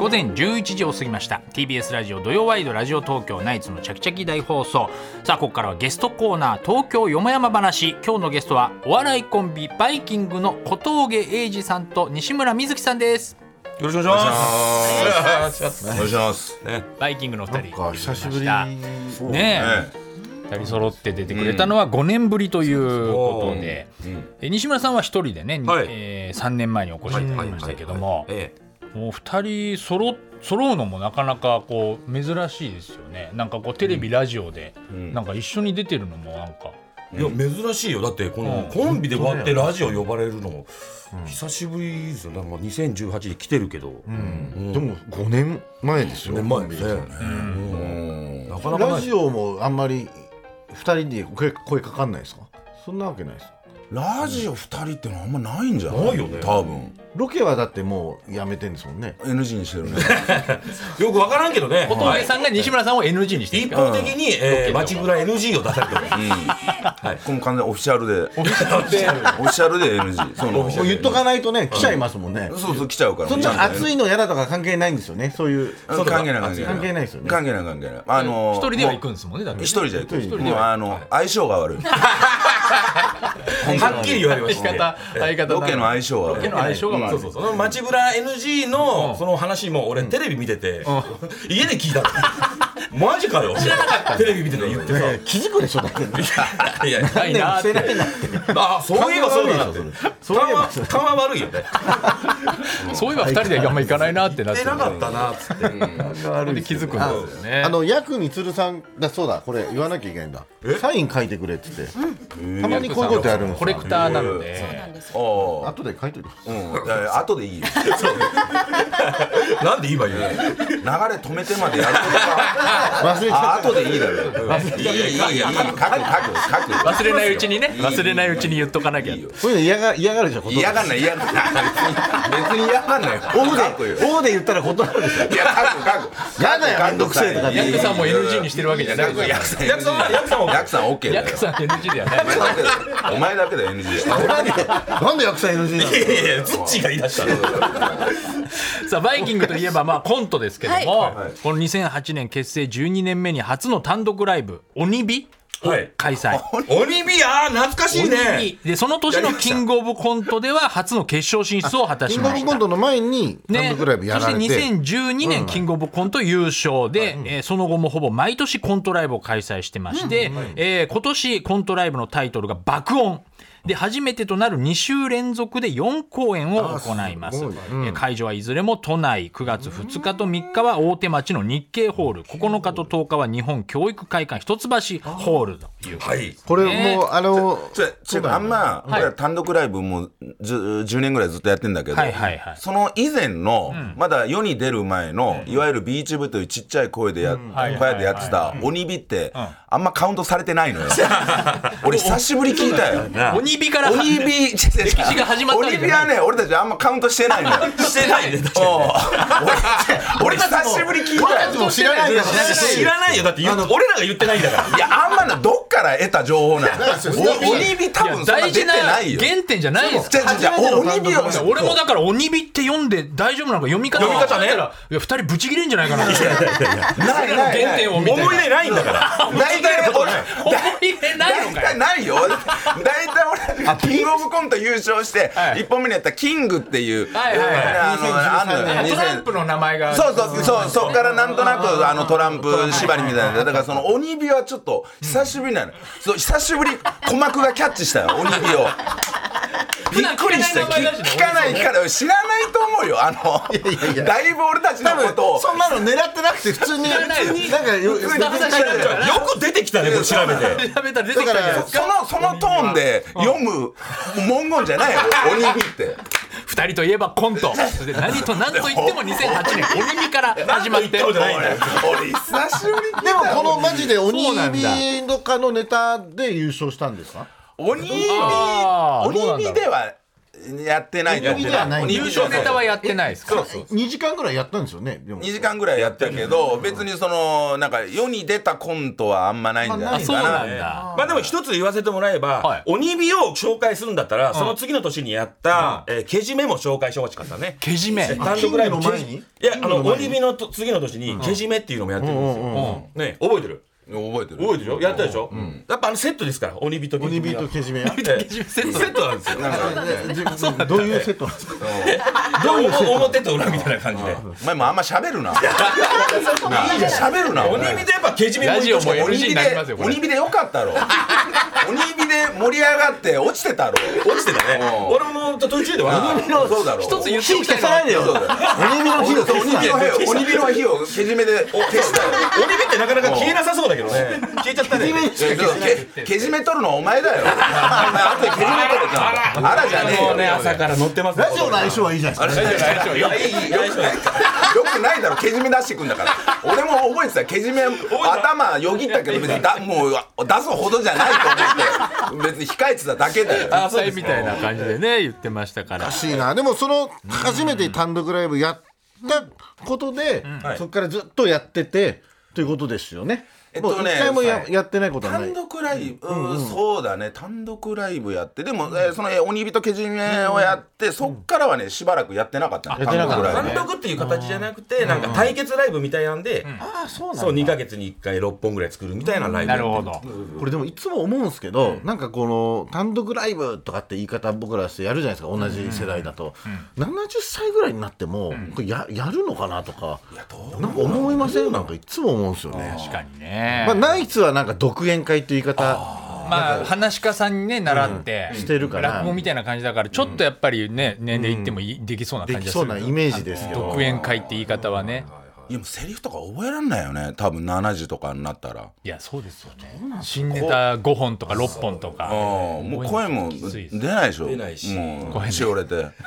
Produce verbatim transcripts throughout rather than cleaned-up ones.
前じゅういちじを過ぎました。 ティービーエス ラジオ土曜ワイドラジオ東京ナイツのチャキチャキ大放送。さあここからはゲストコーナー東京よもやま話。今日のゲストはお笑いコンビバイキングの小峠英二さんと西村瑞樹さんです。 よろしくお願いします。 お願いします。 ね、 バイキングのふたり久しぶりねえ、ふたり揃って出てくれたのはごねんぶりということで、うんうん、西村さんは一人でね、はい、えー、さんねんまえにお越しいただきましたけども、もうふたり揃揃うのもなかなかこう珍しいですよね。なんかこうテレビ、うん、ラジオでなんか一緒に出てるのもなんか、 いや珍しいよ。だってこのコンビでこうやってラジオ呼ばれるのも久しぶりですよ。なんかにせんじゅうはちで来てるけど、 うんうん、でもごねんまえですよ。ごねんまえですよね、うん、なかなかラジオもあんまりふたりで声かかんないですか？そんなわけないです。 ラジオふたりってのはあんまないんじゃない？ないよね多分。 ロケはだってもうやめてんですもんね。 エヌジー にしてるねよくわからんけどね。 小峠さんが西村さんを エヌジー にしてる。 一方的に、うん、えー、街ブラ エヌジー を出されてる、うん、 はい、この完全オフィシャルでオフィシャルでオフィシャルで エヌジー そのもう言っとかないとね、来ちゃいますもんね、うん、そうそう来ちゃうから。そんな熱いの嫌だとか関係ないんですよね。そういう関係ない関係ない関係ないですよね。関係ない関係ない。あのー、一人では行くんですもんね。だって一人じゃ行く。一人ではあの、はい、相性が悪いはっきり言われました。 相方ロケの相性はロケの相性が悪い。 そうそうそう。街ブラ エヌジー のその話も俺テレビ見てて家で聞いたの。マジかよ。知らなかった。テレビ見てて言ってさ、 気づくでしょだって。 いやないなって。あ、そういえばそうだな。そういえば勘は悪いよね。 そういえばふたりであんま行かないなってなって。 なかったなっつって。 で気づくんですよね。 あのヤクミツルさんだそうだ。これ言わなきゃいけないんだ。サイン書いてくれって言って。たまにこういうことやるんです。 コレクターなので。 後で書いといて。うん。後でいいよ。 なんで今言うの？ 流れ止めてまでやることか忘れちゃった。後でいいだろ。いいいいいい書く書く書く。 忘れないうちにね、忘れないうちに言っとかなきゃ。 そういうの嫌が嫌がるじゃん。嫌がんない嫌がんない。別に嫌がんないよ。オフでオフで言ったら断るでしょ。いや書く書く。やだよめんどくせえとか。 ヤクさんも エヌジー にしてるわけじゃない。 ヤクさんヤクさんヤクさん オーケー だよ。 ヤクさん エヌジー ではない。 お前だけだよ エヌジー。なんでヤクさん エヌジー なの？ いやいや、ズッチーが言い出したの。さあバイキングといえばまあコントですけども、はい、このにせんはちねん結成じゅうにねんめに初の単独ライブ鬼火を開催、 はい、鬼火、あー懐かしいね。 でその年のキングオブコントでは初の決勝進出を果たしました。 キングオブコントの前に単独ライブやられて、 ね、そしてにせんじゅうにねんキングオブコント優勝で、うん、えー、その後もほぼ毎年コントライブを開催してまして、うん、えー、今年コントライブのタイトルが爆音で初めてとなるに週連続でよん公演を行います。うん、会場はいずれも都内。くがつふつかとみっかは大手町の日経ホール、ここのかととおかは日本教育会館一橋ホールということです、ね。 これもうあのちょあんま、はい、単独ライブもじゅうねんぐらいずっとやってんだけど、はいはいはい、その以前の、うん、まだ世に出る前の、うん、いわゆるビーチ部というちっちゃい声でや、うん、小屋でやってた鬼火って、うん、あんまカウントされてないのよ。俺久しぶり聞いたよ。 鬼火から鬼火歴史が始まったわけじゃない。 鬼火はね、俺たちあんまカウントしてないのよ。してないね。俺久しぶり聞いたよ。 知らないよ。 知らないよ。だって俺らが言ってないんだから。いやあんまな、どっから得た情報なの。鬼火多分そんな出てないよ。 原点じゃないです。 鬼火は俺もだから鬼火って読んで大丈夫なのか、読み方読み方ね。 いやふたりブチ切れんじゃないかな。ないない原点を見て。思い出ないんだから。大体思い出ないのかよ。 ないよ。大体俺キングオブコント優勝していっぽんめにやったキングっていうトランプの名前がそうそうそう、そっからなんとなくあのトランプ縛りみたいな。だからその鬼火はちょっと久しぶりなの。そう久しぶり鼓膜がキャッチしたよ鬼火を。びっくりした。聞かないから知らないと思うよ。あのいやいやだいぶ俺たちのことをそんなの狙ってなくて普通になんかよく出てきたね。これ調べて調べたら出てきたじゃないですか。 そのそのトーンで読む文言じゃないよ鬼火って。 ふたりといえばコントで何と何と言ってもにせんはちねん鬼火から始まってる。 俺久しぶり。 でもこのマジで鬼火のかのネタで優勝したんですか？ 鬼火鬼火ではやってない鬼火ではない。 優勝ネタはやってないですか。 にじかんぐらいやったんですよね。 にじかんぐらいやったけど、別にそのなんか世に出たコントはあんまないんじゃないかな。 そうなんだ。 まあでも一つ言わせてもらえば、鬼火を紹介するんだったら、その次の年にやったけじめも紹介してほしかったね。 けじめ。 単独ライブの前に？ いや、あの鬼火の次の年にけじめっていうのもやってるんですよ。ね、覚えてる？ 覚えてる覚えてるよ、やったでしょ、うん、やっぱあのセットですから、鬼火と鬼火とけじめやセットなんですよ。 なんかどういうセットなんですか。 どういう表と裏みたいな感じで。 お前もあんま喋るな。いいじゃん、喋るな。 鬼火でやっぱけじめラジオも エヌジー になりますよ。 鬼火でよかったろ。鬼火で盛り上がって落ちてたろ。 落ちてたね。俺も途中では鬼火のそうだろ。 一つ言ってきたないでよ。鬼火の火を消した。 鬼火の火をけじめで消した。 鬼火ってなかなか消えなさそうだけどね。消えちゃったね。 けじめ取るのお前だよ。あとでけじめ取るか。あらじゃねえよね。朝から乗ってます。 ラジオの相性はいいじゃないですか。 よくないだろ、けじめ出してくんだから。俺も覚えてた、けじめ頭よぎったけど別にだもう出すほどじゃないと思って別に控えてただけだよ。 あ、そうみたいな感じでね言ってましたから。 おかしいな。でもその初めて単独ライブやったことで、そこからずっとやっててということですよね。えっとね、一回も や, やってないことはない。 単独ライブ、うんうん、そうだね、単独ライブやってでも、えー、その鬼火とけじめをやって、うん、そっからはねしばらくやってなかったね、 単独ライブ。単独っていう形じゃなくて、うん、なんか対決ライブみたいなんで、うん、 ああそうなんだ。 そうにかげつにいっかいろっぽんぐらい作るみたいなライブ、うん、 なるほど。 これでもいつも思うんですけど、うん、なんかこの単独ライブとかって言い方僕らしてやるじゃないですか、同じ世代だと、うんうん、ななじゅっさいぐらいになっても、うん、これ や, やるのかなとか、いやどうなんか思いません？なんかいつも思うんですよね。 確かにね。 まあナイツはなんか独演会っていう言い方、 まあ話し家さんにね習って、 うん、してるから落語みたいな感じだからちょっとやっぱりね、うん、年齢いってもできそうな感じがする。 できそうなイメージですけど、 独演会って言い方はね。 いやもうセリフとか覚えらんないよね、多分ななじとかになったら。 いやそうですよね。新ネタごほんとかろっぽんとか、 もう声も出ないでしょ。 出ないし、 もうしおれて、うん、だ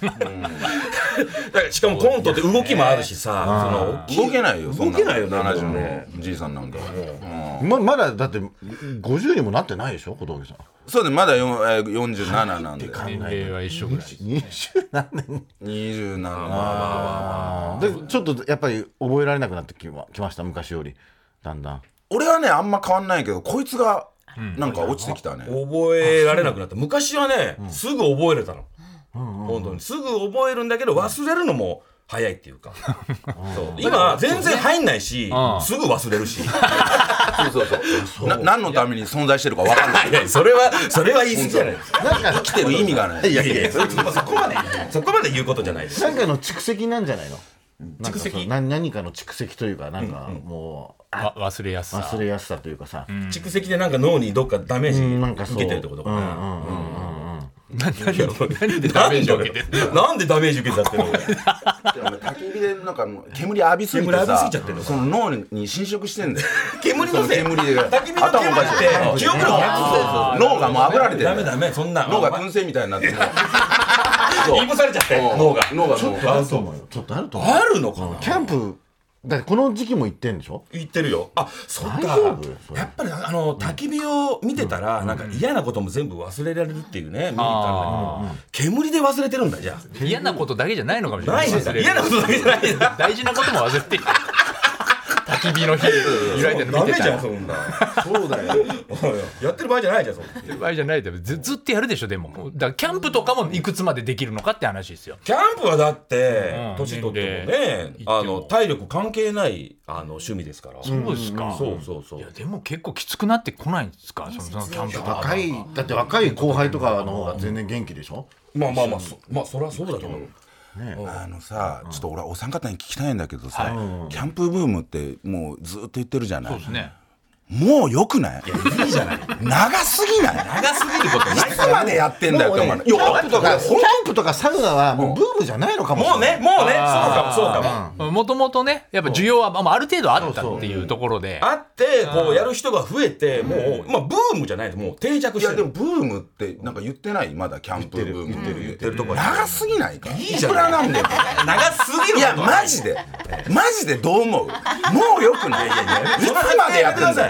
からしかもコントって動きもあるしさ、 その動けないよ、 動けないよね、 ななじゅうのじいさんなんか、 うん、ま, まだだってごじゅうにもなってないでしょ、小峠さん。 そうでまだよんじゅうなななんで。 年齢は一緒ぐらい。 にじゅうななねん。 にじゅうなな。 でちょっとやっぱり覚えられなくなってきました、昔よりだんだん。 俺はねあんま変わんないけど、こいつがなんか落ちてきたね。 覚えられなくなった。昔はね、すぐ覚えれたの。本当にすぐ覚えるんだけど忘れるのも早いっていうか。そう今全然入んないし、すぐ忘れるし。 そうそうそう。な何のために存在してるか分かんない。 いやそれはそれは言い過ぎじゃないですか。 なんか生きてる意味がない。 いやいやそこまでそこまで言うことじゃないです。 なんかの蓄積なんじゃないの。 蓄積。 何かの蓄積というか、なんかもう忘れやすさ。 忘れやすさというかさ。 蓄積でなんか脳にどっかダメージ受けてるってことかな。 何でダメージ受けてる？ なんでダメージ受けちゃってるの？ 焚き火でなんか煙浴びすぎてさ、その脳に侵食してんだよ。 煙のせい。 煙で焚き火の煙って記憶力脳がもう炙られてる。 ダメダメそんな。 脳が燻製みたいになってる。 言いぶされちゃって脳が。 脳がちょっとあると思うよ。ちょっとあると思う。 あるのかな？ キャンプだってこの時期も行ってんでしょ？ 行ってるよ。あ、そっか。やっぱりあの焚き火を見てたらなんか嫌なことも全部忘れられるっていうね。見に行ったんだけど、煙で忘れてるんだじゃあ。 嫌なことだけじゃないのかもしれない。 嫌なことだけじゃない。 大事なことも忘れて。焚き火の日揺らいでるの見てたら。ダメじゃんそんな。 そうだよ。やってる場合じゃないじゃんそんな。 やってる場合じゃないでずずっとやるでしょでも。だからキャンプとかもいくつまでできるのかって話ですよ。 キャンプはだって年取ってもね、あの体力関係ないあの趣味ですから。 そうですか。 そうそうそう。 いやでも結構きつくなってこないんですか、そのキャンプとか。 若いだって若い後輩とかの方が全然元気でしょ。 まあまあまあまあそりゃそうだけど。 ね、あのさ、ちょっと俺お三方に聞きたいんだけどさ、はい、キャンプブームってもうずっと言ってるじゃない。 そうですね。 もう良くない？ いやいいじゃない。 長すぎない？ 長すぎることない。 いつまでやってんだよって思う。 キャンプとかキャンプとかサウナはもうブームじゃないのかもしれない。 もうね、もうね、そうかもそうかも。もともとね、やっぱ需要はまあある程度あったっていうところで、 あってこうやる人が増えて、もうまあブームじゃないともう定着してる。 いやでもブームってなんか言ってない？まだキャンプブーム言ってる言ってるとこ長すぎないか？ いいじゃない。なんだよ。長すぎる。 いやマジでマジでどう思う？もう良くない？いつまでやってんだよ。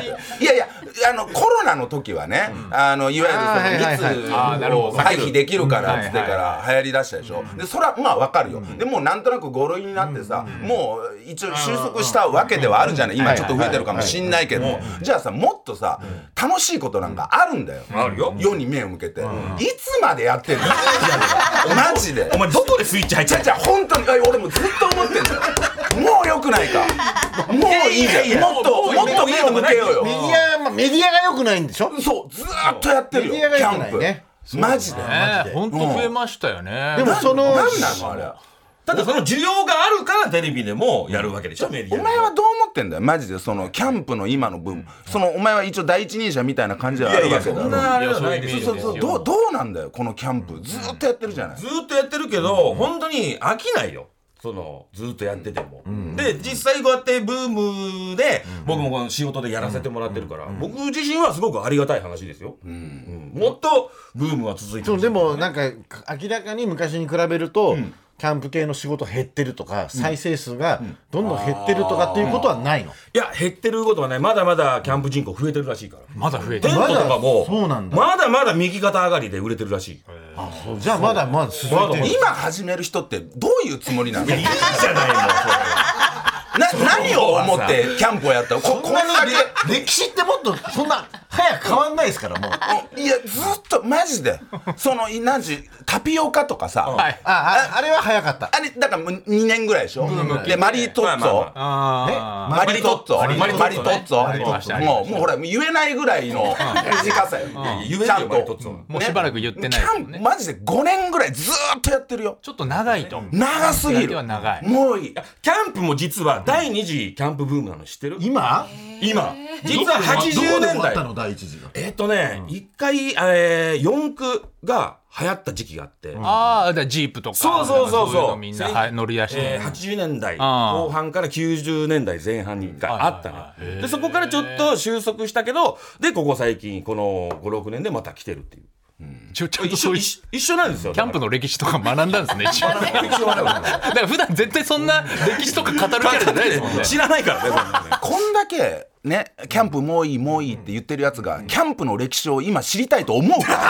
いやいやあのコロナの時はね、あのいわゆるその密を回避できるからっつってから流行りだしたでしょ。でそれはまあわかるよ。でもうなんとなくご類になってさ、もう一応収束したわけではあるじゃない。今ちょっと増えてるかもしんないけど、じゃあさもっとさ楽しいことなんかあるんだよ。 あるよ。 世に目を向けて、いつまでやってんだよ。マジで。 お前どこでスイッチ入っちゃう？ じゃあ本当に俺もずっと思ってんだよ。もう良くないか。もういいじゃん。もっともっと目を向けようよ。 メディア、まあ、メディアが良くないんでしょ。 そうずーっとやってるよ。 メディアが良くないね。 マジで。 本当増えましたよね。 でもそのなんなのあれ。 ただその需要があるからテレビでもやるわけでしょ、メディア。 お前はどう思ってんだよマジで。そのキャンプの今のブーム、そのお前は一応第一人者みたいな感じではあるわけだろ。 そんなあれはないですよ。 そうそうどうどうなんだよこのキャンプずーっとやってるじゃない。 ずーっとやってるけど本当に飽きないよ。そのずっとやってても、うん、で実際こうやってブームで、うん、僕もこの仕事でやらせてもらってるから、うん、僕自身はすごくありがたい話ですよ、うんうん、もっとブームは続いてる。 でもなんか明らかに昔に比べると、うん、キャンプ系の仕事減ってるとか、再生数がどんどん減ってるとかっていうことはないの？ いや減ってることはね、まだまだキャンプ人口増えてるらしいから。 まだ増えてる。テントとかもそうなんだ。 まだまだ右肩上がりで売れてるらしい。 あ、そうじゃあまだまだ続いてる。 今始める人ってどういうつもりなの？いいじゃないもうな何を思ってキャンプをやったの？ここんなに歴史ってもっとそんな早く変わんないですからもう。 いやずっとマジでその何時タピオカとかさ、 はい、あああれは早かった。 あれだからにねんぐらいでしょ。でマリトッツォ、マリトッツォ、マリトッツォ、もうもうほら言えないぐらいの短さよ。 ちゃんともうしばらく言ってないですもんね。 マジでごねんぐらいずっとやってるよ。 ちょっと長いと。 長すぎる。もういい。 キャンプも実は第二次キャンプブームなの知ってる？ 今？ 今実ははちじゅうねんだい。えっとね一回四駆が流行った時期があって、 ああジープとかそうそうそうそうみんな乗り出してはちじゅうねんだいこう半からきゅうじゅうねんだいぜん半に一回あったね。でそこからちょっと収束したけど、でここ最近このごろくねんでまた来てるっていう。 うん、ちょちょ一緒一緒なんですよ。 キャンプの歴史とか学んだんですね。一緒だから普段絶対そんな歴史とか語るキャラじゃないですもんね。 知らないからね。 こんだけねキャンプもういいもういいって言ってるやつがキャンプの歴史を今知りたいと思うか？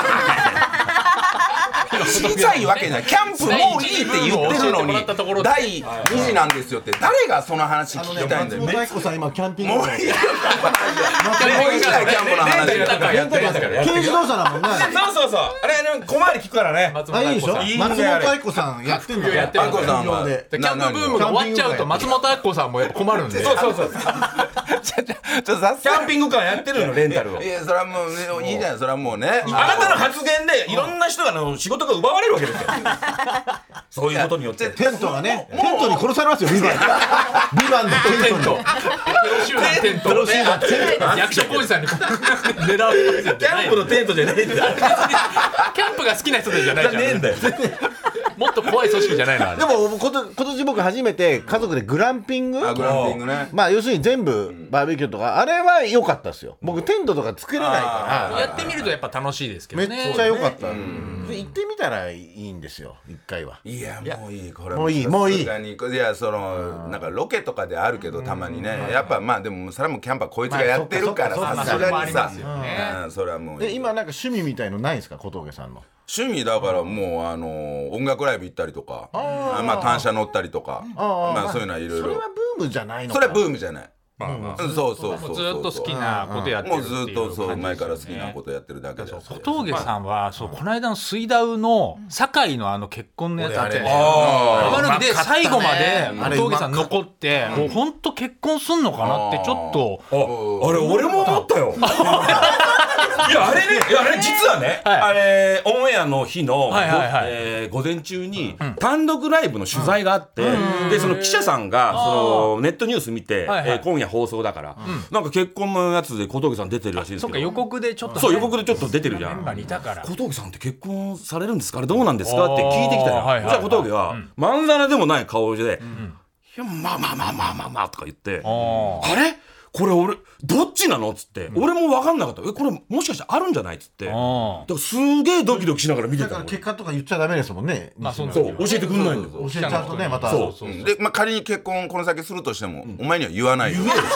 知りたいわけじゃない。キャンプもういいって言ってるのにだいに次なんですよって誰がその話聞きたいんだよ。 松本明子さん今キャンピングもういいよ。もういいからキャンプの話やってますから。軽自動車だもんね。 そうそうそう。あれ小回り聞くからね。 あいいでしょ。松本明子さんやってんの。 やってる。キャンプブームが終わっちゃうと松本明子さんもやっぱ困るんで。 そうそうそう。キャンピングカーやってるのレンタルを。 いやそれはもういいじゃん。それはもうね。 あなたの発言でいろんな人がの仕事が奪われるわけですよ。そういうことによってテントがね、テントに殺されますよ。ビバンビバンのテント、 テント、テント、役所広司さんに狙われますよ。 キャンプのテントじゃないんだ。 キャンプが好きな人じゃないじゃん。もっと怖い組織じゃないの。 でも今年僕初めて家族でグランピング、 グランピングね。 まあ要するに全部バーベキューとかあれは良かったですよ。僕テントとか作れないから。 やってみるとやっぱ楽しいですけどね。 めっちゃ良かった。行ってみたらいいんですよ。一回は。 いやもういいこれもういいもういい。 いやそのなんかロケとかであるけどたまにねやっぱまあでもそれはもうキャンパーこいつがやってるからさすがにさそれはもういい。 今なんか趣味みたいのないんですか小峠さんの。 趣味だからもうあの音楽ライブ行ったりとかまあ単車乗ったりとかまあそういうのはいろいろ。 それはブームじゃないのか。 それはブームじゃない。そうそうそうそう。 ずっと好きなことやってる。 もうずっとそう前から好きなことやってるだけで。 小峠さんはそうこの間の水ダウの酒井のあの結婚のやつあってね。あれで最後まで小峠さん残ってもう本当結婚すんのかなってちょっと。 あれ俺も思ったよ。いやあれね、いやあれ実はね、あれオンエアの日の午前中に単独ライブの取材があって、でその記者さんがそのネットニュース見て今夜放送だからなんか結婚のやつで小峠さん出てるらしいですけど。 そうか予告でちょっと。 そう予告でちょっと出てるじゃん。小峠さんって結婚されるんですか、あれどうなんですかって聞いてきたよ。じゃあ小峠はまんざらでもない顔でいやまあまあまあまあまあまあとか言って、あれこれ俺どっちなのっつって、うん、俺も分かんなかった。えこれもしかしてあるんじゃないっつって、だからすげえドキドキしながら見てた。 だから結果とか言っちゃダメですもんね。 まあそう教えてくんないんだよ。 教えちゃうとねまた。 そうそうそう。でまあ仮に結婚この先するとしても、うん、お前には言わないよ。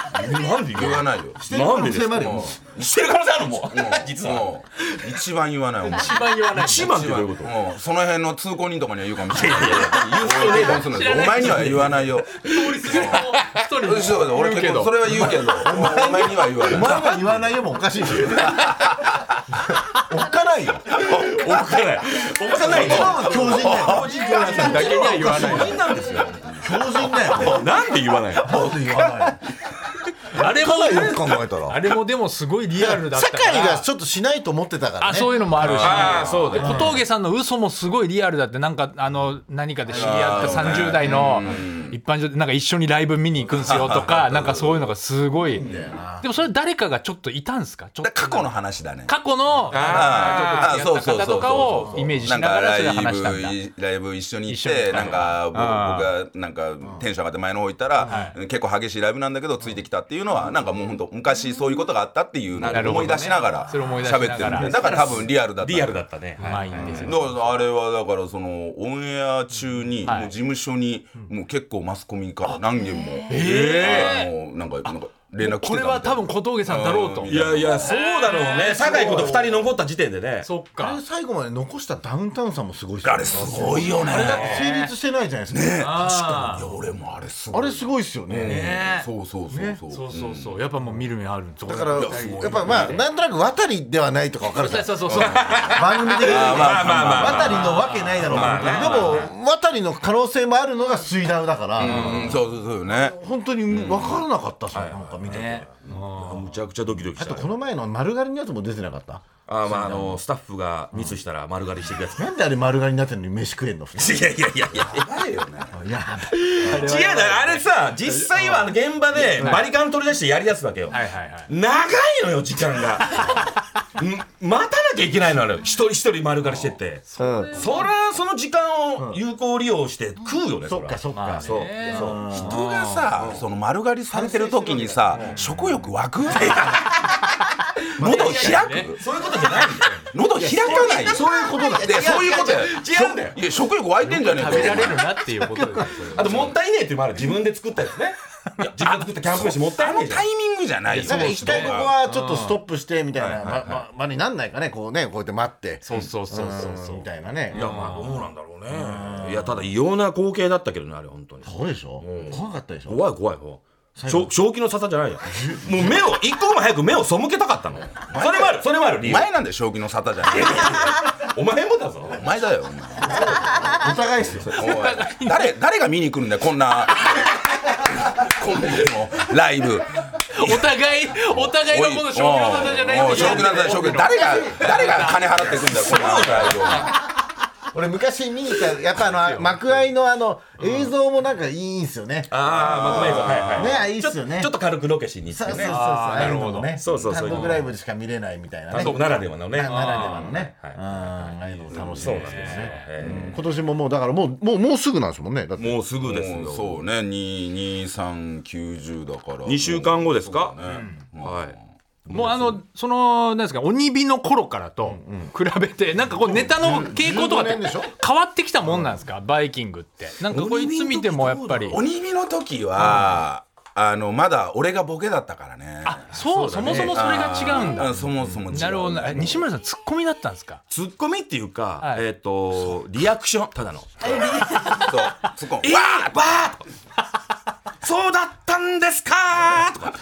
なんで言わないよ。 してる可能性もあるよ。 してる可能性あるもん実は一番言わない。 一番言わない。 一番ってどういうこと？ その辺の通行人とかには言うかもしれない。お前には言わないよ。 通り過ぎの人にそうだ、俺結構それは言うけど、お前には言わない。 お前は言わないよもおかしいですよ。おっかないよ。 おっかない。おっかないよ。 強靭だよ。 強靭さんだけには言わない。 強靭なんですよ。 強靭だよ。 なんで言わないの？ なんで言わないの？ あれもよく考えたらあれもでもすごいリアルだったから酒井がちょっとしないと思ってたからね。 あ、そういうのもあるし、 あそうだ小峠さんの嘘もすごいリアルだって。なんかあの何かで知り合ったさんじゅう代の一般女でなんか一緒にライブ見に行くんすよとかなんかそういうのがすごい。でもそれ誰かがちょっといたんすか？ちょっと過去の話だね。 過去のあちょっと付き合った方とかをイメージしながらそれ話したんだ。 ライブ一緒に行ってなんか僕がなんかテンション上がって前の方行ったら結構激しいライブなんだけどついてきたっていうのはなんかもう本当昔そういうことがあったっていうのを思い出しながら喋ってるんで、だから多分リアルだった。 リアルだったね。 うまいんですよ。 だからあれはだからそのオンエア中にもう事務所にもう結構マスコミから何件もあのなんかなんか連絡来てた。 これは多分小峠さんだろうと。 いやいやそうだろうね。酒井君とふたり残った時点でね。 そっか。 最後まで残したダウンタウンさんもすごいっすよね。 あれすごいよね。 あれだって成立してないじゃないですか。 ね。確かに。いや俺もあれすごい。 あれすごいっすよね。 そうそうそうそう。 そうそうそう。やっぱもう見る目ある。 だからやっぱまあなんとなく渡りではないとか分かるじゃん。 そうそうそう。 番組的にまあまあまあ渡りのわけないだろうな。でも渡りの可能性もあるのが水ダウだから。 そうそうそうよね。 本当に分からなかったっすよなんか見てて。 むちゃくちゃドキドキしあた。 とこの前の丸刈りのやつも出てなかった？ あまああのスタッフがミスしたら丸刈りしていくやつ。 なんであれ丸刈りになってるのに飯食えんの？ いやいやいやいや。 やばいよね。 いや違うだあれさ実際はあの現場でバリカン取り出してやり出すわけよ。 はいはいはい。 長いのよ時間が。ん待たなきゃいけないのあれ一人一人丸刈りしてって。そりゃその時間を有効利用して食うよね。 そっかそっか。 そう人がさその丸刈りされてる時にさ食欲湧く？喉開く？ そういうことじゃないんだよ。 喉開かない。 そういうことだ。 そういうことや。 違うんだよ。 いや食欲湧いてんじゃねえか。 食べられるなっていうことです。 あともったいねえっていうのもある。自分で作ったやつね。自分で作ったキャンプ飯もったいねえじゃん。 タイミングじゃないよ。 なんか一回ここはちょっとストップしてみたいな場になんないかねこうねこうやって待って。 そうそうそうそうみたいなね。 いやまあどうなんだろうね。いやただ異様な光景だったけどねあれ本当に。 そうでしょ。怖かったでしょ。 怖い怖い怖い。正気の沙汰じゃないよ。もう目を一刻も早く目を背けたかったの。それもあるそれもある理由。 前なんで正気の沙汰じゃない。 お前もだぞ。 お前だよ。 お互いっすよ。 誰誰が見に来るんだよこんなコンビでもライブ。 お互いお互いのこの正気の沙汰じゃないんで。 正気の沙汰正気誰が誰が金払ってくんだよこんなライブ。 俺昔見に行ったやっぱあの幕間のあの映像もなんかいいんすよね。 ああ幕間映像はいはい。 ねいいっすよね。 ちょっと軽くロケしに行ってね。 そうそうそうなるほどね。 そうそうそう。 単独ライブでしか見れないみたいなね。 単独ならではのね。 ならではのね。うんああいうの楽しみですね。今年ももうだからもうもうもうすぐなんですもんね。 もうすぐですよ。 そうねににさんきゅうじゅうだからにしゅうかんごですか。はい。 もうあのそのなんですか鬼火の頃からと比べてなんかこうネタの傾向とかって変わってきたもんなんですかバイキングってなんかこいつ見てもやっぱり鬼火の時はあのまだ俺がボケだったからね。 あそうそもそもそれが違うんだ。 そもそも違う。 なるほど。西村さんツッコミだったんですか。 ツッコミっていうかえっとリアクションただのそうツッコミわーわーとそうだったんですかーとか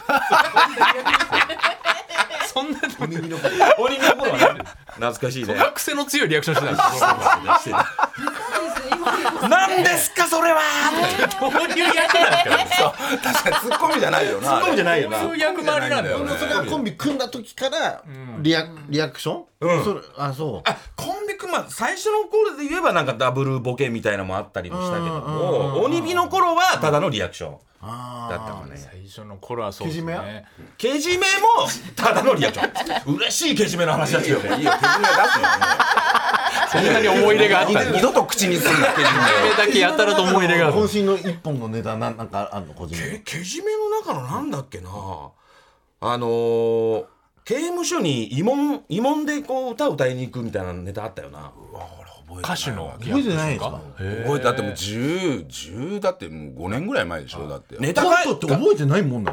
そんな鬼火の頃はね懐かしいね。 癖の強いリアクションしてたんですよ。 何ですかそれはどういう役なんですか。 確かにツッコミじゃないよな。 ツッコミじゃないよな。 そういう役回りなんだよね。 それはコンビ組んだ時からリアリアクション？うん。それあそう。 あコンビ組ま最初の頃で言えばなんかダブルボケみたいなのもあったりもしたけども、鬼火の頃はただのリアクションだったかね。 最初の頃はそうですね。 けじめもただのリアクション。嬉しいけじめの話だよね。 いいよけじめ出すよ。 そんなに思い入れがあったん二度と口にするなけじめだけやたらと思い入れがある。 渾身の一本のネタなんなんかあるの個人で。けじめの中のなんだっけなあのー、刑務所に慰問慰問でこう歌歌いに行くみたいなネタあったよな。 歌手の覚えてないですか。 覚えてだってもうじゅう、じゅうだってもうごねんぐらい前でしょだって。 ネタコントって覚えてないもんなんですか。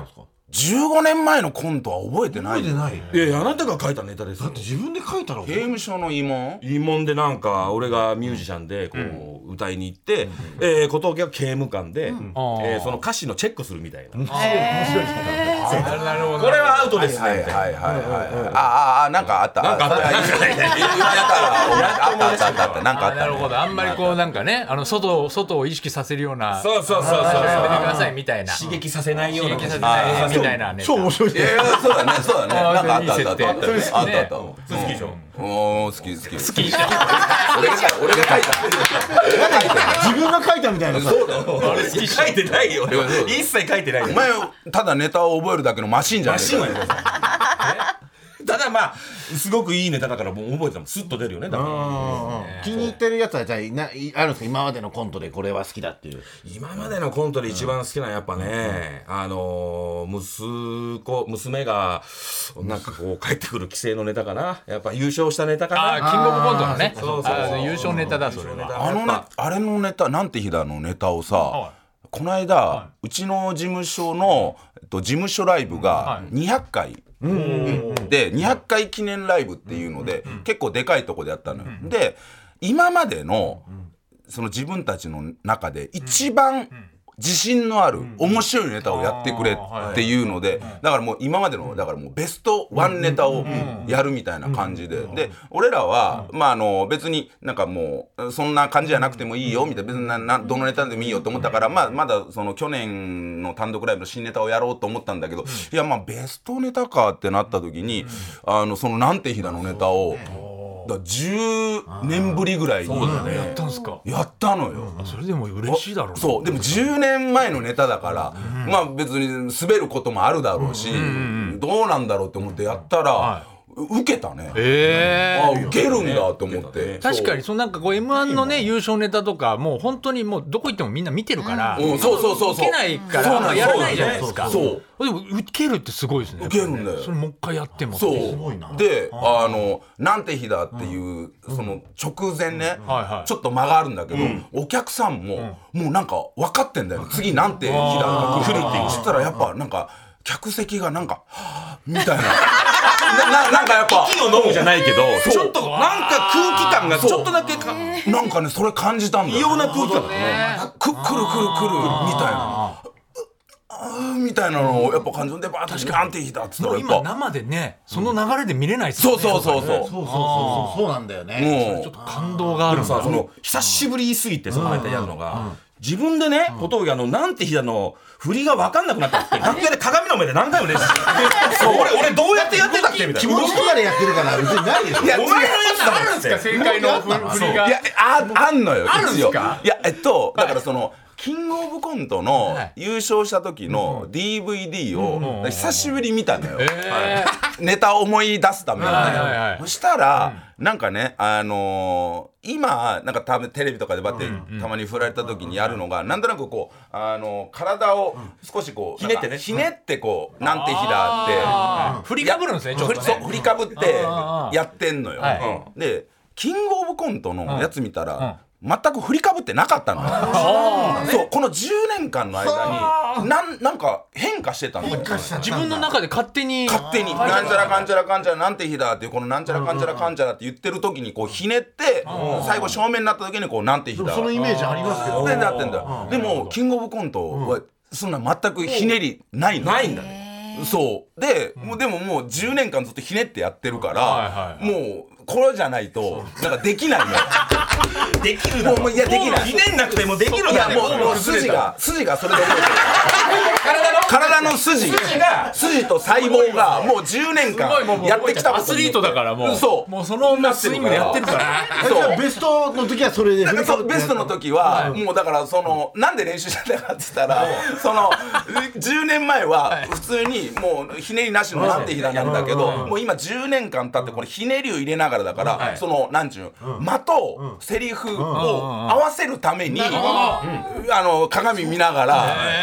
じゅうごねんまえのコントは覚えてない。 覚えてない。 いやいや、あなたが書いたネタですよ。 だって自分で書いたら。 刑務所の慰問慰問でなんか俺がミュージシャンでこう歌いに行って、えー小峠が刑務官で、えーその歌詞のチェックするみたいな。面白いなるほど。 これはアウトですね。 はいはいはいはい。ああなんかあった。 なんかあった。 言われたらあったあったあったあったなんかあった。 なるほど。あんまりこうなんかね、あの外外を意識させるような。 そうそうそうそう。 やめてくださいみたいな。 刺激させないような。 刺激させないみたいなね。 超面白い。 いやいやそうだねそうだね。なんかあったあったあったあったあったあった。 好きでしょ。 おー好き好き好き。 俺が俺が書いた。 自分が書いたみたいな。 そうだよ。 書いてないよ。一切書いてないよ。 お前ただネタを覚えるだけのマシンじゃねえか。 マシンはね。ただまあすごくいいネタだからもう覚えてたもんスッと出るよね。だから気に入ってるやつはじゃあなあるんですか、今までのコントでこれは好きだっていう。 今までのコントで一番好きなのはやっぱね、あの息子娘がなんかこう帰ってくる規制のネタかな。やっぱ優勝したネタかな。 あ、キングオブコントのね。 そうそうそう、 優勝ネタだそれは。 あのねあれのネタなんて日だのネタをさ、この間うちの事務所のえっと事務所ライブがにひゃっかいでにひゃっかい記念ライブっていうので結構でかいとこでやったのよ。で今までのその自分たちの中で一番自信のある面白いネタをやってくれっていうので、だからもう今までのだからもうベストワンネタをやるみたいな感じで、で俺らはまああの別になんかもうそんな感じじゃなくてもいいよみたいな、別にななどのネタでもいいよと思ったから、まあまだその去年の単独ライブの新ネタをやろうと思ったんだけど、いやまあベストネタかってなった時にあのそのなんて日だのネタをだじゅうねんぶりぐらいにやったんすか。 やったのよ。 それでも嬉しいだろう。 そうでもじゅうねんまえのネタだから、まあ別に滑ることもあるだろうし、どうなんだろうって思ってやったら受けたね。 えあ受けるんだと思って。 確かにそのなんかこう エムワン のね優勝ネタとかもう本当にもうどこ行ってもみんな見てるから、 そうそうそうそう受けないからあんまやらないじゃないですか。 そうでも受けるってすごいですね。 受けるんだよ。 それもう一回やっても。 そうであのなんて日だっていうその直前ねちょっと間があるんだけど、お客さんももうなんか分かってんだよ。次なんて日だが来るって言ったらやっぱなんか客席がなんかみたいなな, なんかやっぱ息を飲むじゃないけどちょっとなんか空気感がちょっとだけかなんかねそれ感じたんだよ。 異様な空気感ね。くくるくるくるみたいなみたいなのをやっぱ感じでバーッとなんて日だっつったら今生でねその流れで見れないですよね。 そうそうそうそうそうそうそうそうなんだよね。 ちょっと感動があるんだ。 その久しぶりすぎてその間やるのが自分でね小峠あのなんて日だの振りが分かんなくなったって楽屋で鏡の目で何回も練習して俺俺どうやってやってたっけみたいな。 気持ちとかでやってるから別にないですよ。 いやお前のやつだあるんですか正解の振りが。 いやああんのよ。 あるんですか。 いやえっとだからそのキングオブコントの優勝した時の ディーブイディー を久しぶりに見たのよ。ネタを思い出すために。そしたらなんかねあの今なんか多分テレビとかでバッてたまに振られた時にやるのがなんとなくこうあの体を少しこうひねってねひねってこうなんて日だって振りかぶるんですね。ちょっとそう振りかぶってやってんのよ。 はでキングオブコントのやつ見たら全く振りかぶってなかったのよ。そうこのじゅうねんかんの間になんなんか変化してたの。 自分の中で勝手に勝手になんちゃらかんちゃらかんちゃらなんて日だっていうこのなんちゃらかんちゃらかんちゃらって言ってる時にこうひねって最後正面になった時にこうなんて日だそのイメージありますけど。 でなってんだよ。でもキングオブコントはそんな全くひねりないの。 ないんだね。 そうでもうでももうじゅうねんかんずっとひねってやってるからもうこれじゃないとなんかできないの。 できるだろ。 もういやできない。 ひねんなくてもできるだろ。 いやもうもう筋が筋がそれで動いてる。体の筋が筋と細胞がもうじゅうねんかんやってきたことアスリートだからもうそうもうそのスイングでやってるから。 そうベストの時はそれでベストの時はもうだからそのなんで練習してたかって言ったらそのじゅうねんまえは普通にもうひねりなしのなんて日だなんだけどもう今じゅうねんかん経ってこれひねりを入れながらだからそのなんちゅう間とセリフを合わせるためにあの鏡見ながら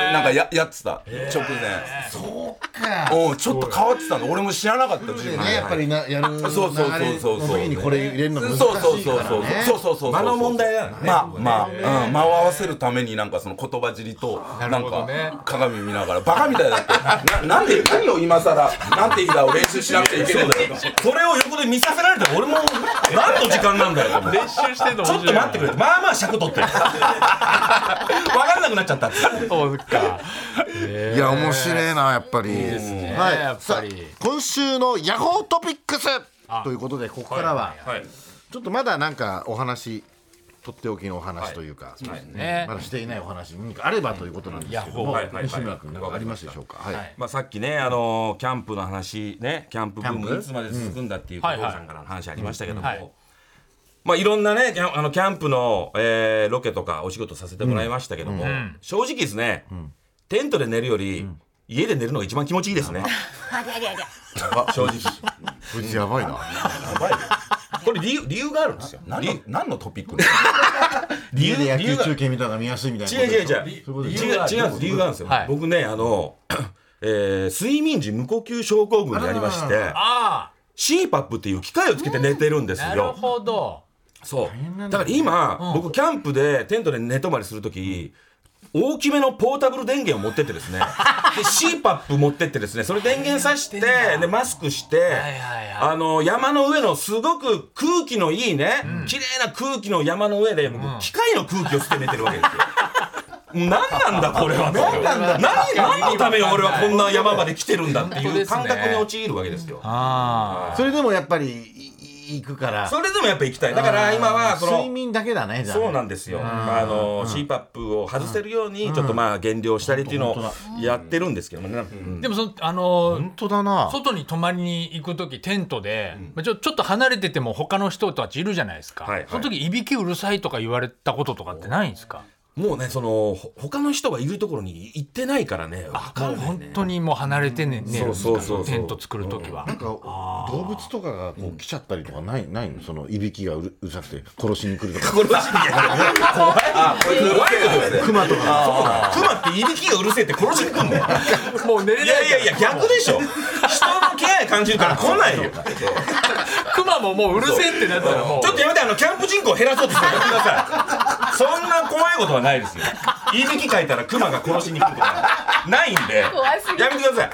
なんか や, やってた直前。 そうか。 おちょっと変わってたの俺も知らなかった自分ねやっぱりなやるそうそうそうそうそう時にこれ入れるの難しいそうそうそうからね。 そうそうそう間の問題だね。 まあまあ、うん、間を合わせるためになんかその言葉尻となんか鏡見ながらバカみたいだってななんで何を今更なんて言いだを練習しなくちゃいけないんだよ。 それを横で見させられて俺も何の時間なんだよ。 練習してんのちょっと待ってくれてまあまあ尺取ってる。分かんなくなっちゃったって。 そうか。 いや面白いなやっぱり。 いいですね。 はい。 やっぱり。 今週のヤホートピックスということでここからははいちょっとまだなんかお話とっておきのお話というか、 ね。 まだしていないお話何かあればということなんですけども、 はいはいはい西村君何かありますでしょうか。はい。 まあさっきねあのキャンプの話ねキャンプブーキャンプムいつまで続くんだっていう小峠さんからの話ありましたけども。 はいまあいろんなねキャンあのキャンプの、えー、ロケとかお仕事させてもらいましたけども、正直ですね、テントで寝るより、家で寝るのが一番気持ちいいですね。正直こいつやばいな。 これ理由理由があるんですよ。 何の何のトピック理由家で野理由が球中継見たのが見やすいみたいな。 違う違う違うそういうことでしょ違う違うんです理由があるんですよ。 はい僕ねあの、えー、睡眠時無呼吸症候群になりまして、 あシーパップ っていう機械をつけて寝てるんですあ、なるよ。 ほど。 そうだから今、僕キャンプでテントで寝泊まりするとき、大きめのポータブル電源を持ってってですねで シーパップ 持ってってですねそれ電源さしてでマスクして、 はいはいはい、 あの山の上のすごく空気のいいね、うん、綺麗な空気の山の上で僕、うん、機械の空気を吸って寝てるわけですよ。何なんだこれは何なんだ 何, 何のために俺はこんな山まで来てるんだっていう感覚に陥るわけですよ。 あそれでもやっぱり行くからそれでもやっぱ行きたい。だから今はその睡眠だけだね。じゃあそうなんですよ。あの シーパップ を外せるようにちょっとまあ減量したりっていうのをやってるんですけどもね。 でもそのあの本当だな。 外に泊まりに行く時テントで、うん、ちょちょっと離れてても他の人たちいるじゃないですか、はいはい、その時いびきうるさいとか言われたこととかってないんですか。 もうねその他の人がいるところに行ってないからね。 あもう本当にもう離れてね、うん、ねるんですかテント作る時は、うん、 なんか動物とかがこう来ちゃったりとかないないのそのいびきがう る, うるさくて殺しに来るとか殺しに怖いあこれ怖いことですね。 クマとかクマっていびきがうるせえって殺しに来るんだよもう寝れない。 いやいやいや逆でしょ人の気配感じるから来ないよクマももううるせえってなったらもうちょっとやめてあのキャンプ人口減らそうとしてやめてくださいそんな怖いことはないですよ。いびきかいたらクマが殺しに来るとかないんでやめてください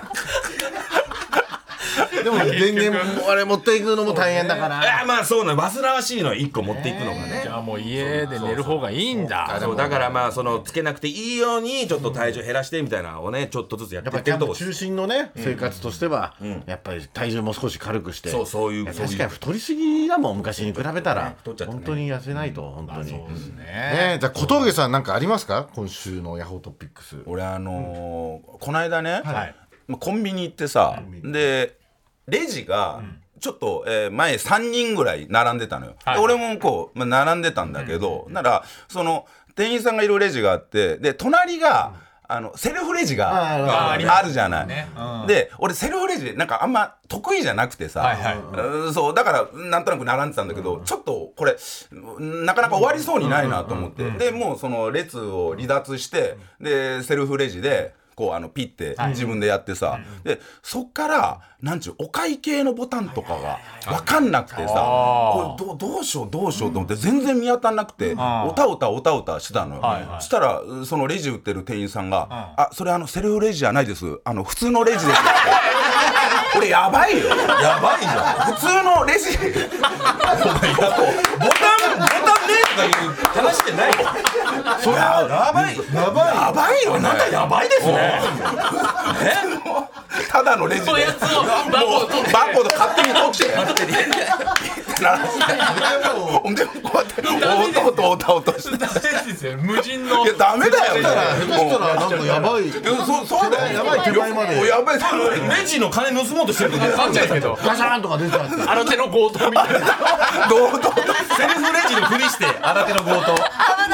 でも電源あれ持っていくのも大変だから。 いやまあそうね煩わしいのはいっこ持っていくのがね。 じゃあもう家で寝る方がいいんだ。 そうだからまあそのつけなくていいようにちょっと体重減らしてみたいなのをねちょっとずつやっていってるところです。 中心のね生活としてはやっぱり体重も少し軽くしてそうそういう確かに太りすぎだもん昔に比べたら本当に痩せないと本当に。そうですね。じゃあ小峠さんなんかありますか今週のヤホートピックス。 俺あのこの間ねコンビニ行ってさでレジがちょっと、えー、前さんにんぐらい並んでたのよ、はい、俺もこう、まあ、並んでたんだけど、うん、ならその店員さんがいるレジがあってで隣が、うん、あのセルフレジが あ, あるじゃない、ねうん、で俺セルフレジなんかあんま得意じゃなくてさ、はいはい、そうだからなんとなく並んでたんだけど、うん、ちょっとこれなかなか終わりそうにないなと思って、うん、でもうその列を離脱してでセルフレジでこうあのピッて自分でやってさ、はい、でそっからなんちゅうお会計のボタンとかが分かんなくてさ、これ ど, どうしようどうしようと思って全然見当たんなくて、うん、おたおたおたおたしてたのよ、はいはい、そしたらそのレジ売ってる店員さんが、うん、あそれあのセルフレジじゃないですあの普通のレジですって俺やばいよやばいじゃん普通のレジボタンボタンねとかいう話じゃないよそれやばいやばいやばいよあなたやばいですねただのレジでそういうやつをバーコード勝手に取って勝手にほんでこうやっておたおたおたおたして無人のいやダメだよ下手したらなんかやばいそうだよやばい手前までやばいレジの金盗もうとしてる時わかんないけどガシャーンとか出てたって新手の強盗みたいなどうどうセルフレジのふりして新手の強盗危ない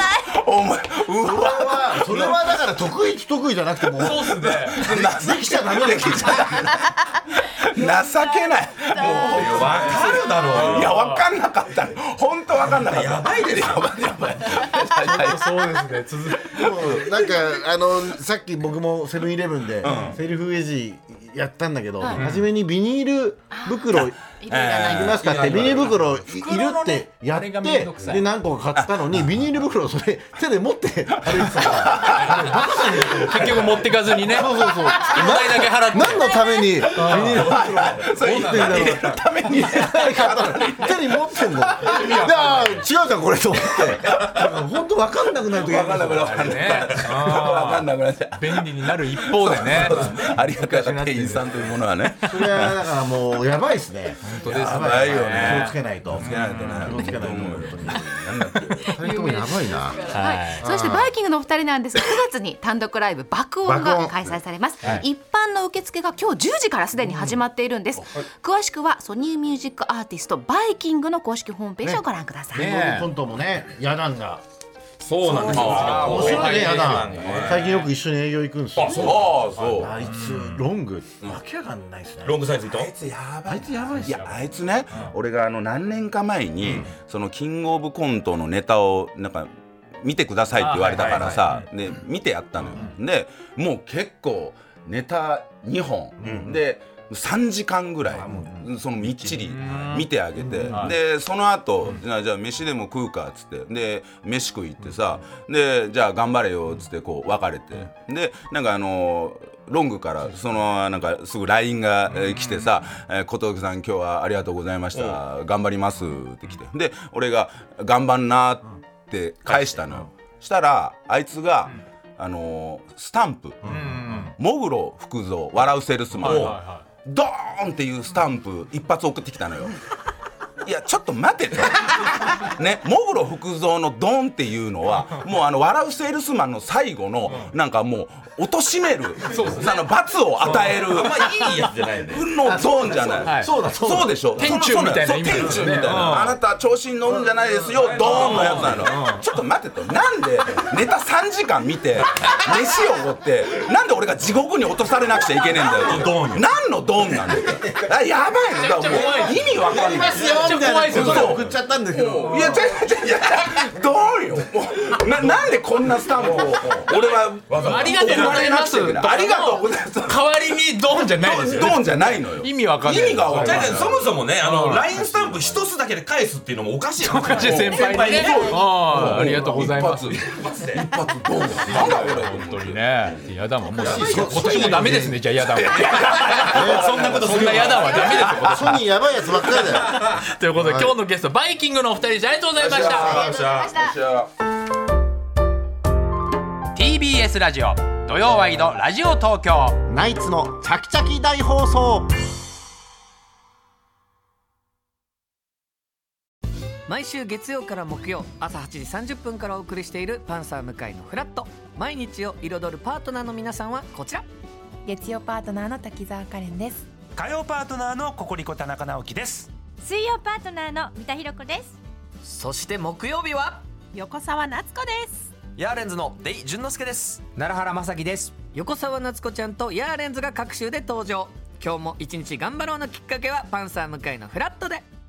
お前うそれわはそれはだから得意不得意じゃなくてもそうっすね。 できちゃダメできちゃ情けない。もうわかるだろう。 いや分かんなかった。本当分かんなかった。 やばいですよ。 やばいやばい。 そうですね。続なんかあのさっき僕もセブンイレブンでセルフレジやったんで初めにビニール袋いりますかってビニール袋いるってやってで何個か買ったのにビニール袋をそれ手で持って歩いてたから結局持ってかずにね。 そうそうそう代だけ払って。 何のためにビニール袋を持ってんだろうために手に持ってんの。あ違うじゃんこれと思って本当分かんなくなる時分かんなくなるね。分かんなくなっちゃう。 便利になる一方でね。 ありがたい店員さんというものはね。 それはだからもうやばいですね。 本当です。やばいよね。 気をつけないと。気をつけないとね。気をつけないと本当に。二人ともやばいな。 はい。そしてバイキングのお二人なんですが、くがつに単独ライブ爆音が開催されます。一般の受付が今日じゅうじからすでに始まっているんです。詳しくはソニーミュージックアーティストバイキングの公式ホームページをご覧ください。 コントもね、ヤダンが。 そうなんですよ。 面白いね、ヤダン。最近よく一緒に営業行くんですよ。 あ、そうそう。 あいつロングわけわかんないですね。 ロングサイズいと。 あいつやばい。 あいつやばいっすよ。 いやあいつね、俺があの何年か前にそのキングオブコントのネタをなんか見てくださいって言われたからさ、で見てやったのよ。でもう結構ネタにほんでさんじかんぐらいそのみっちり見てあげて、でその後じゃあ飯でも食うかっつってで飯食い行ってさ、でじゃあ頑張れよっつってこう別れて、でなんかあのロングからそのなんかすぐ ライン が来てさ「小峠さん今日はありがとうございました頑張ります」って来て、で俺が「頑張んな」って返したのよ。したらあいつがあのスタンプ「もぐろ福蔵笑うセールスマン」ドーンっていうスタンプ一発送ってきたのよ。いやちょっと待てとね、もぐろ福蔵のドンっていうのはもうあの笑うセールスマンの最後のなんかもう貶めるその罰を与えるまあいいやつじゃないねのドンじゃない。 そうだそうでしょ。 天中みたいな意味天中みたいな、あなた調子に乗るんじゃないですよドーンのやつなの。ちょっと待てと、なんでネタさんじかん見て飯をおごってなんで俺が地獄に落とされなくちゃいけねえんだよ。 ドンよ。 何のドンなんだよ。あやばいね。だからもう意味わかんない。 みたいなことで送っちゃったんですけど、 いや違う違ういやどうよ。もうななんでこんなスタンプを俺はありがとうございます。 ありがとうございます。 代わりにドンじゃないですよ。 ドンじゃないのよ。 意味わかんない。 意味がわかんない。 そもそもね、あの ライン スタンプ一つだけで返すっていうのもおかしいよ。 おかしい先輩にね。あありがとうございます。 一発で一発ドン。なんだ俺本当にね。やだもんもう今年もダメですね。じゃあやだは。そんなことそんなやだはダメですよ。 ソニーやばいやつばっかりだよ。 ということで今日のゲストバイキングのお二人でした。ありがとうございました。 ありがとうございました。 ティービーエス ラジオ土曜ワイドラジオ東京ナイツのチャキチャキ大放送。 毎週月曜から木曜朝はちじさんじゅっぷんからお送りしているパンサー向井のフラット。毎日を彩るパートナーの皆さんはこちら。 月曜パートナーの滝沢カレンです。 火曜パートナーのココリコ田中直樹です。 水曜パートナーの三田寛子です。 そして木曜日は横澤夏子です。 ヤーレンズのデイ淳之介です。 奈良原まさきです。 横澤夏子ちゃんとヤーレンズが各週で登場。今日も一日頑張ろうのきっかけはパンサー向井のフラットで。